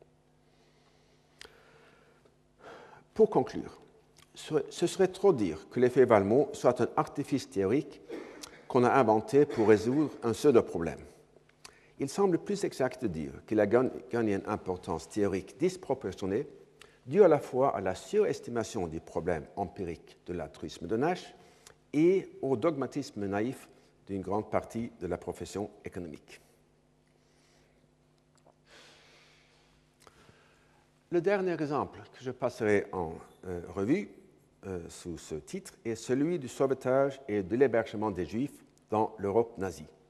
Pour conclure, ce serait trop dire que l'effet Valmont soit un artifice théorique qu'on a inventé pour résoudre un pseudo-problème. Il semble plus exact de dire qu'il a gagné une importance théorique disproportionnée due à la fois à la surestimation du problème empirique de l'altruisme de Nash et au dogmatisme naïf d'une grande partie de la profession économique. Le dernier exemple que je passerai en euh, revue euh, sous ce titre est celui du sauvetage et de l'hébergement des Juifs dans l'Europe nazie.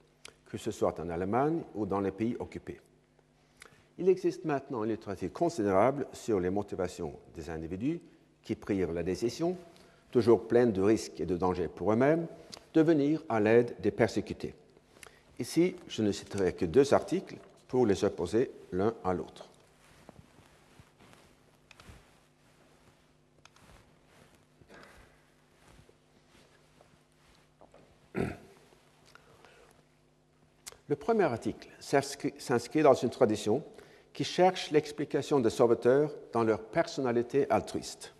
que ce soit en Allemagne ou dans les pays occupés. Il existe maintenant une littérature considérable sur les motivations des individus qui prirent la décision, toujours pleine de risques et de dangers pour eux-mêmes, de venir à l'aide des persécutés. Ici, je ne citerai que deux articles pour les opposer l'un à l'autre. Le premier article s'inscrit dans une tradition qui cherche l'explication des sauveteurs dans leur personnalité altruiste.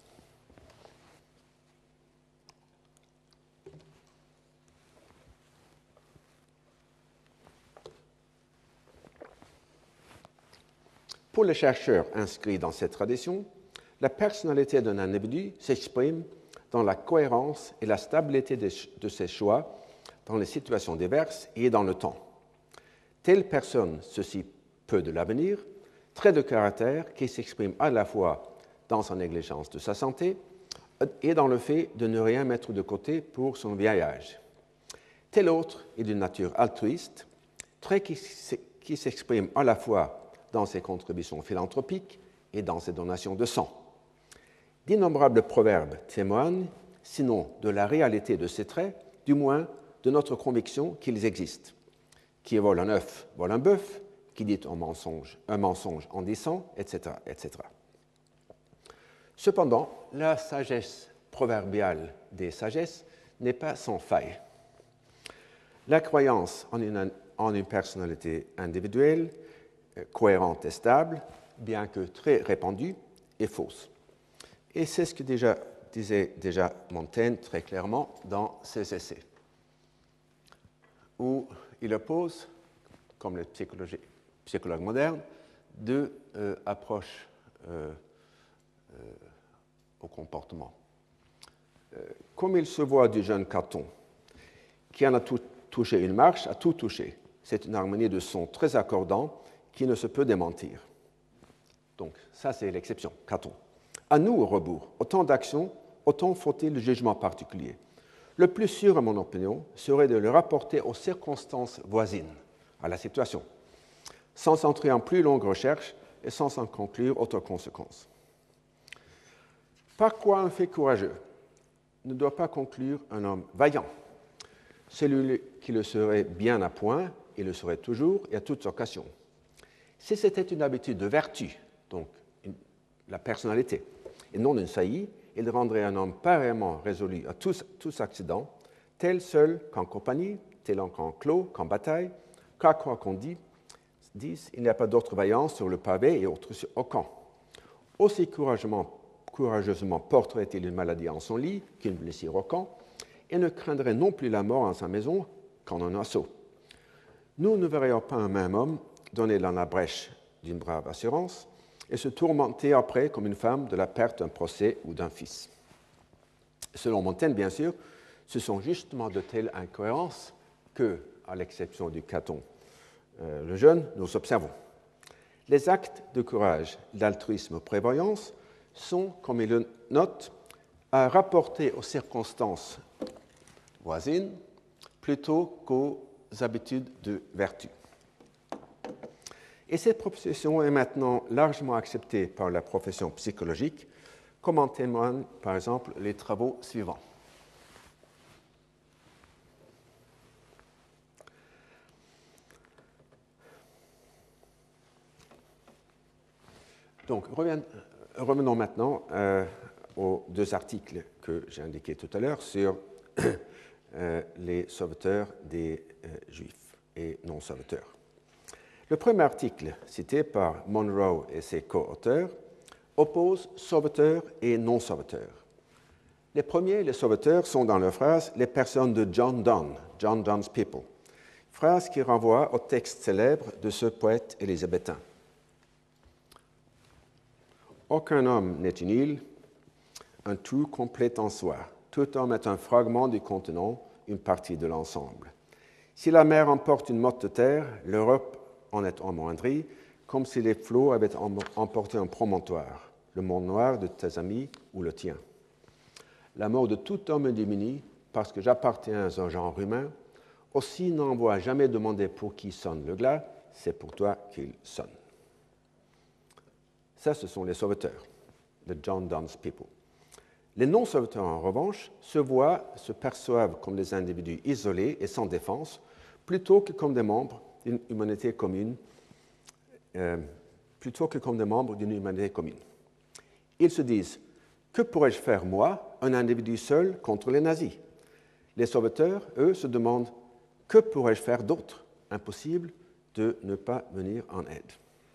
Pour les chercheurs inscrits dans cette tradition, la personnalité d'un individu s'exprime dans la cohérence et la stabilité de ses choix dans les situations diverses et dans le temps. Telle personne se soucie peu de l'avenir, trait de caractère qui s'exprime à la fois dans sa négligence de sa santé et dans le fait de ne rien mettre de côté pour son vieil âge. Tel autre est d'une nature altruiste, trait qui s'exprime à la fois dans ses contributions philanthropiques et dans ses donations de sang. D'innombrables proverbes témoignent, sinon de la réalité de ces traits, du moins de notre conviction qu'ils existent. Qui vole un œuf, vole un bœuf, qui dit un mensonge, un mensonge en disant, et cetera, et cetera. Cependant, la sagesse proverbiale des sagesses n'est pas sans faille. La croyance en une, en une personnalité individuelle, cohérente et stable, bien que très répandue, est fausse. Et c'est ce que déjà, disait déjà Montaigne très clairement dans ses essais, où il oppose, comme les psychologues modernes, deux euh, approches euh, euh, au comportement. Euh, comme il se voit du jeune Caton, qui en a tout touché une marche, a tout touché. C'est une harmonie de sons très accordant qui ne se peut démentir. Donc, ça, c'est l'exception, Caton. À nous, au rebours, autant d'actions, autant faut-il le jugement particulier. Le plus sûr, à mon opinion, serait de le rapporter aux circonstances voisines, à la situation, sans entrer en plus longue recherche et sans en conclure autre conséquence. Par quoi un fait courageux ne doit pas conclure un homme vaillant. Celui qui le serait bien à point, il le serait toujours et à toutes occasions. Si c'était une habitude de vertu, donc une, la personnalité, et non une saillie, il rendrait un homme pareillement résolu à tous, tous accidents, tel seul qu'en compagnie, tel qu'en clos, qu'en bataille, qu'à quoi qu'on dit, dise, il n'y a pas d'autre vaillance sur le pavé et autre au camp. Aussi courageusement, courageusement porterait-il une maladie en son lit qu'une blessure au camp, et ne craindrait non plus la mort en sa maison qu'en un assaut. Nous ne verrions pas un même homme donner dans la brèche d'une brave assurance, et se tourmenter après comme une femme de la perte d'un procès ou d'un fils. Selon Montaigne, bien sûr, ce sont justement de telles incohérences que, à l'exception du Caton euh, le jeune, nous observons. Les actes de courage, d'altruisme, prévoyance sont, comme il le note, à rapporter aux circonstances voisines plutôt qu'aux habitudes de vertu. Et cette proposition est maintenant largement acceptée par la profession psychologique, comme en témoignent par exemple les travaux suivants. Donc, revenons maintenant euh, aux deux articles que j'ai indiqués tout à l'heure sur euh, les sauveteurs des euh, Juifs et non-sauveteurs. Le premier article, cité par Monroe et ses co-auteurs, oppose sauveteurs et non-sauveteurs. Les premiers, les sauveteurs, sont dans leur phrase les personnes de John Donne, John Donne's People, phrase qui renvoie au texte célèbre de ce poète élisabétain. Aucun homme n'est une île, un tout complet en soi. Tout homme est un fragment du continent, une partie de l'ensemble. Si la mer emporte une motte de terre, l'Europe en est amoindrie, comme si les flots avaient emporté un promontoire, le monde noir de tes amis ou le tien. La mort de tout homme est diminuée parce que j'appartiens au genre humain, Aussi n'envoie jamais demander pour qui sonne le glas, c'est pour toi qu'il sonne. Ça, ce sont les sauveteurs, the John Donne's people. Les non-sauveteurs, en revanche, se voient, se perçoivent comme des individus isolés et sans défense, plutôt que comme des membres d'une humanité commune, euh, plutôt que comme des membres d'une humanité commune. Ils se disent « Que pourrais-je faire, moi, un individu seul, contre les nazis ?» Les sauveteurs, eux, se demandent « Que pourrais-je faire d'autre ?» Impossible de ne pas venir en aide.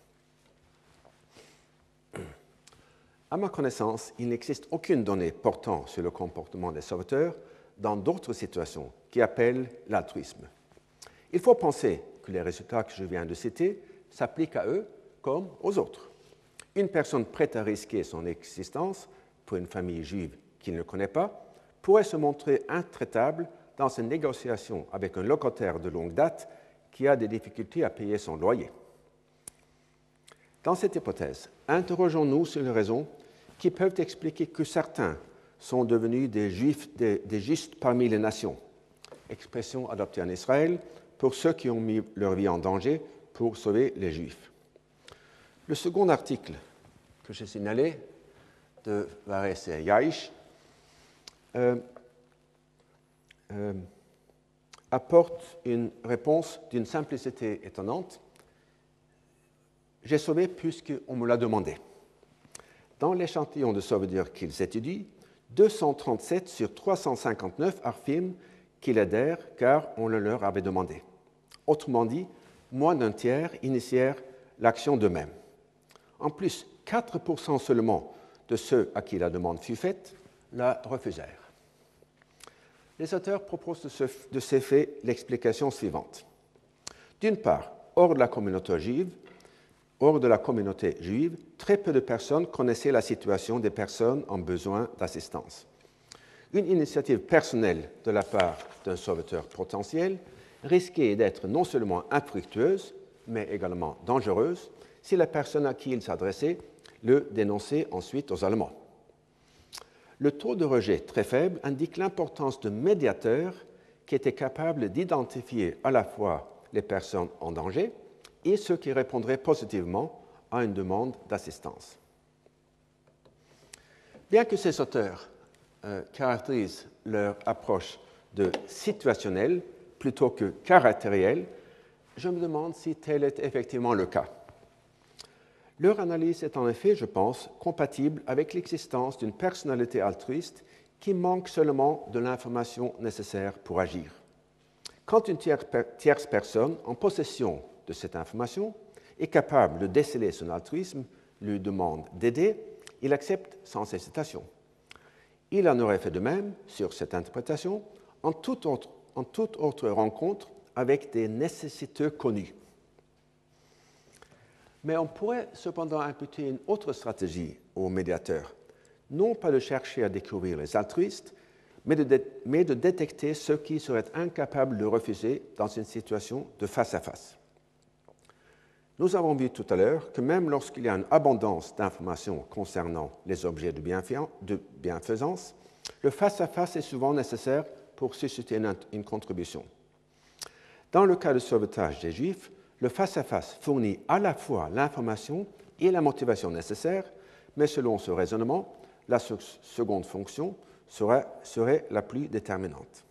À ma connaissance, il n'existe aucune donnée portant sur le comportement des sauveteurs dans d'autres situations qui appellent l'altruisme. Il faut penser que les résultats que je viens de citer s'appliquent à eux comme aux autres. Une personne prête à risquer son existence pour une famille juive qu'il ne connaît pas pourrait se montrer intraitable dans une négociation avec un locataire de longue date qui a des difficultés à payer son loyer. Dans cette hypothèse, interrogeons-nous sur les raisons qui peuvent expliquer que certains sont devenus des juifs, des, des justes parmi les nations, expression adoptée en Israël pour ceux qui ont mis leur vie en danger pour sauver les juifs. Le second article que j'ai signalé de Varese et Yaish euh, euh, apporte une réponse d'une simplicité étonnante. J'ai sauvé puisqu'on me l'a demandé. Dans l'échantillon de sauveteurs qu'ils étudient, deux cent trente-sept sur trois cent cinquante-neuf affirment qu'ils aidèrent car on le leur avait demandé. Autrement dit, moins d'un tiers initièrent l'action d'eux-mêmes. En plus, quatre pour cent seulement de ceux à qui la demande fut faite la refusèrent. Les auteurs proposent de, ce, de ces faits l'explication suivante. D'une part, hors de la communauté juive, hors de la communauté juive, très peu de personnes connaissaient la situation des personnes en besoin d'assistance. Une initiative personnelle de la part d'un sauveteur potentiel risquait d'être non seulement infructueuse, mais également dangereuse si la personne à qui il s'adressait le dénonçait ensuite aux Allemands. Le taux de rejet très faible indique l'importance de médiateurs qui étaient capables d'identifier à la fois les personnes en danger et ceux qui répondraient positivement à une demande d'assistance. Bien que ces auteurs euh, caractérisent leur approche de situationnelle plutôt que caractérielle, je me demande si tel est effectivement le cas. Leur analyse est en effet, je pense, compatible avec l'existence d'une personnalité altruiste qui manque seulement de l'information nécessaire pour agir. Quand une tierce personne, en possession de cette information, est capable de déceler son altruisme, lui demande d'aider, il accepte sans hésitation. Il en aurait fait de même, sur cette interprétation, en toute autre, en toute autre rencontre avec des nécessiteux connus. Mais on pourrait cependant imputer une autre stratégie aux médiateurs, non pas de chercher à découvrir les altruistes, mais de, dé- mais de détecter ceux qui seraient incapables de refuser dans une situation de face-à-face. Nous avons vu tout à l'heure que même lorsqu'il y a une abondance d'informations concernant les objets de, bienfa- de bienfaisance, le face-à-face est souvent nécessaire pour susciter une, une contribution. Dans le cas de sauvetage des Juifs, le face-à-face fournit à la fois l'information et la motivation nécessaires, mais selon ce raisonnement, la seconde fonction serait, serait la plus déterminante.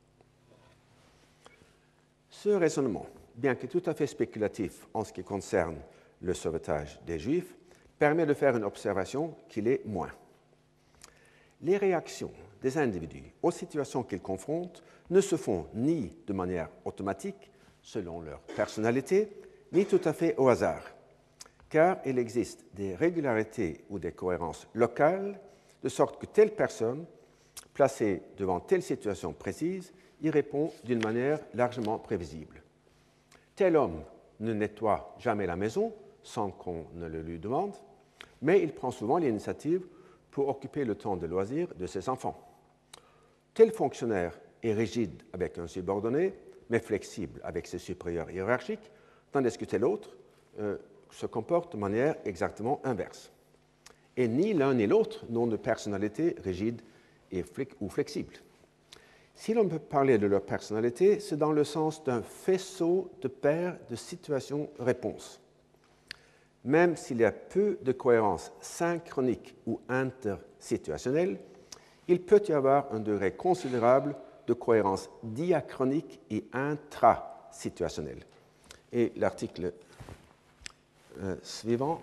Ce raisonnement, bien que tout à fait spéculatif en ce qui concerne le sauvetage des Juifs, permet de faire une observation qui l'est moins. Les réactions des individus aux situations qu'ils confrontent ne se font ni de manière automatique, selon leur personnalité, ni tout à fait au hasard, car il existe des régularités ou des cohérences locales, de sorte que telle personne, placée devant telle situation précise, y répond d'une manière largement prévisible. Tel homme ne nettoie jamais la maison sans qu'on ne le lui demande, mais il prend souvent l'initiative pour occuper le temps de loisir de ses enfants. Tel fonctionnaire est rigide avec un subordonné, mais flexible avec ses supérieurs hiérarchiques, tandis que tel autre euh, se comporte de manière exactement inverse. Et ni l'un ni l'autre n'ont de personnalité rigide et flex- ou flexible. Si l'on peut parler de leur personnalité, c'est dans le sens d'un faisceau de paires de situations-réponses. Même s'il y a peu de cohérence synchronique ou intersituationnelle, il peut y avoir un degré considérable de cohérence diachronique et intrasituationnelle. Et l'article euh, suivant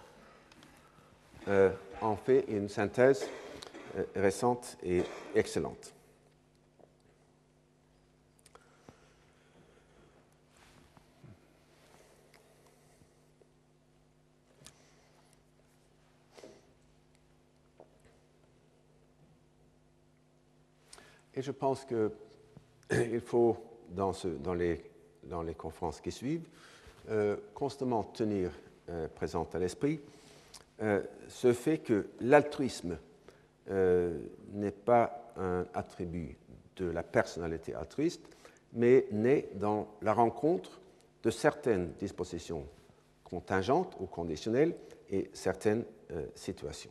euh, en fait une synthèse euh, récente et excellente. Et je pense qu'il faut, dans, ce, dans, les, dans les conférences qui suivent, euh, constamment tenir euh, présent à l'esprit euh, ce fait que l'altruisme euh, n'est pas un attribut de la personnalité altruiste, mais naît dans la rencontre de certaines dispositions contingentes ou conditionnelles et certaines euh, situations.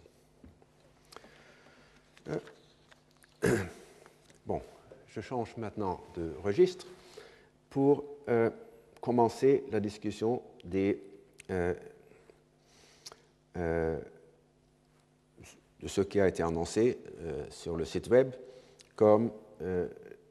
Euh, Bon, je change maintenant de registre pour euh, commencer la discussion des, euh, euh, de ce qui a été annoncé euh, sur le site web comme euh,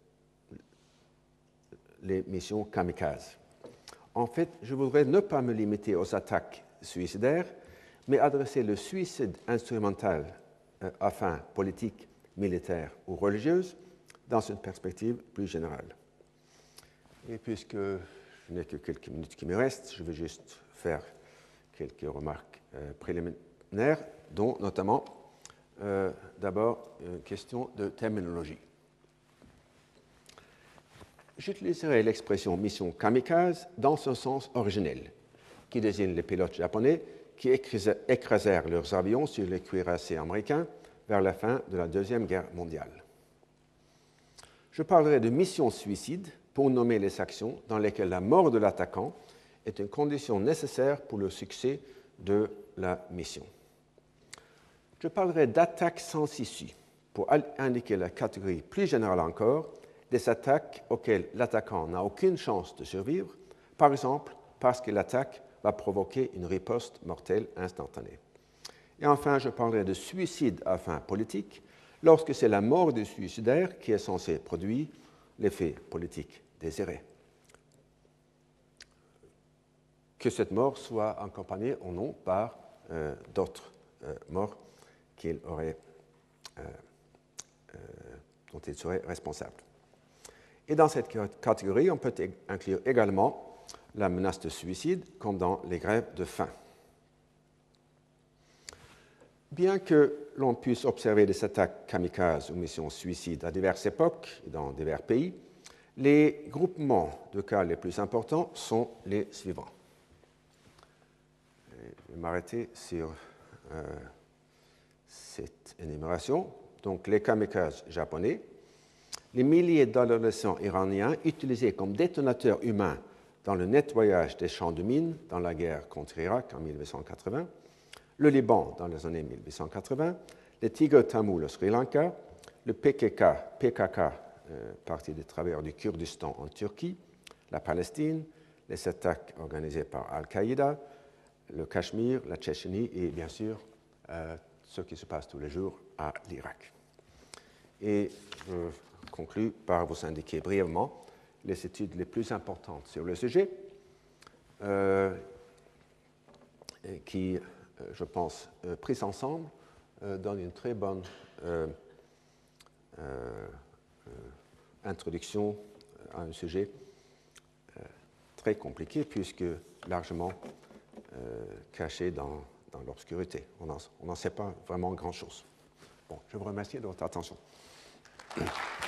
les missions kamikazes. En fait, je voudrais ne pas me limiter aux attaques suicidaires, mais adresser le suicide instrumental euh, à fins politiques, militaires ou religieuses dans une perspective plus générale. Et puisque je n'ai que quelques minutes qui me restent, je vais juste faire quelques remarques euh, préliminaires, dont notamment euh, d'abord une question de terminologie. J'utiliserai l'expression mission kamikaze dans son sens originel, qui désigne les pilotes japonais qui écrasèrent leurs avions sur les cuirassés américains vers la fin de la Deuxième Guerre mondiale. Je parlerai de mission suicide pour nommer les actions dans lesquelles la mort de l'attaquant est une condition nécessaire pour le succès de la mission. Je parlerai d'attaques sans issue pour indiquer la catégorie plus générale encore des attaques auxquelles l'attaquant n'a aucune chance de survivre, par exemple parce que l'attaque va provoquer une riposte mortelle instantanée. Et enfin, je parlerai de suicide à fin politique, lorsque c'est la mort du suicidaire qui est censée produire l'effet politique désiré. Que cette mort soit accompagnée ou non par euh, d'autres euh, morts qu'il aurait, euh, euh, dont il serait responsable. Et dans cette catégorie, on peut inclure également la menace de suicide, comme dans les grèves de faim. Bien que l'on puisse observer des attaques kamikazes ou missions suicides à diverses époques et dans divers pays, les groupements de cas les plus importants sont les suivants. Je vais m'arrêter sur euh, cette énumération. Donc, les kamikazes japonais, les milliers d'adolescents iraniens utilisés comme détonateurs humains dans le nettoyage des champs de mines dans la guerre contre l'Irak en mille huit cent quatre-vingts, le Liban dans les années mille huit cent quatre-vingts, les Tigres tamouls au Sri Lanka, le P K K, P K K euh, Parti des travailleurs du Kurdistan en Turquie, la Palestine, les attaques organisées par Al-Qaïda, le Cachemire, la Tchétchénie et bien sûr euh, ce qui se passe tous les jours à l'Irak. Et je conclus par vous indiquer brièvement les études les plus importantes sur le sujet, euh, et qui, je pense, euh, prises ensemble, euh, donnent une très bonne euh, euh, introduction à un sujet euh, très compliqué, puisque largement euh, caché dans, dans l'obscurité. On n'en sait pas vraiment grand-chose. Bon, je vous remercie de votre attention.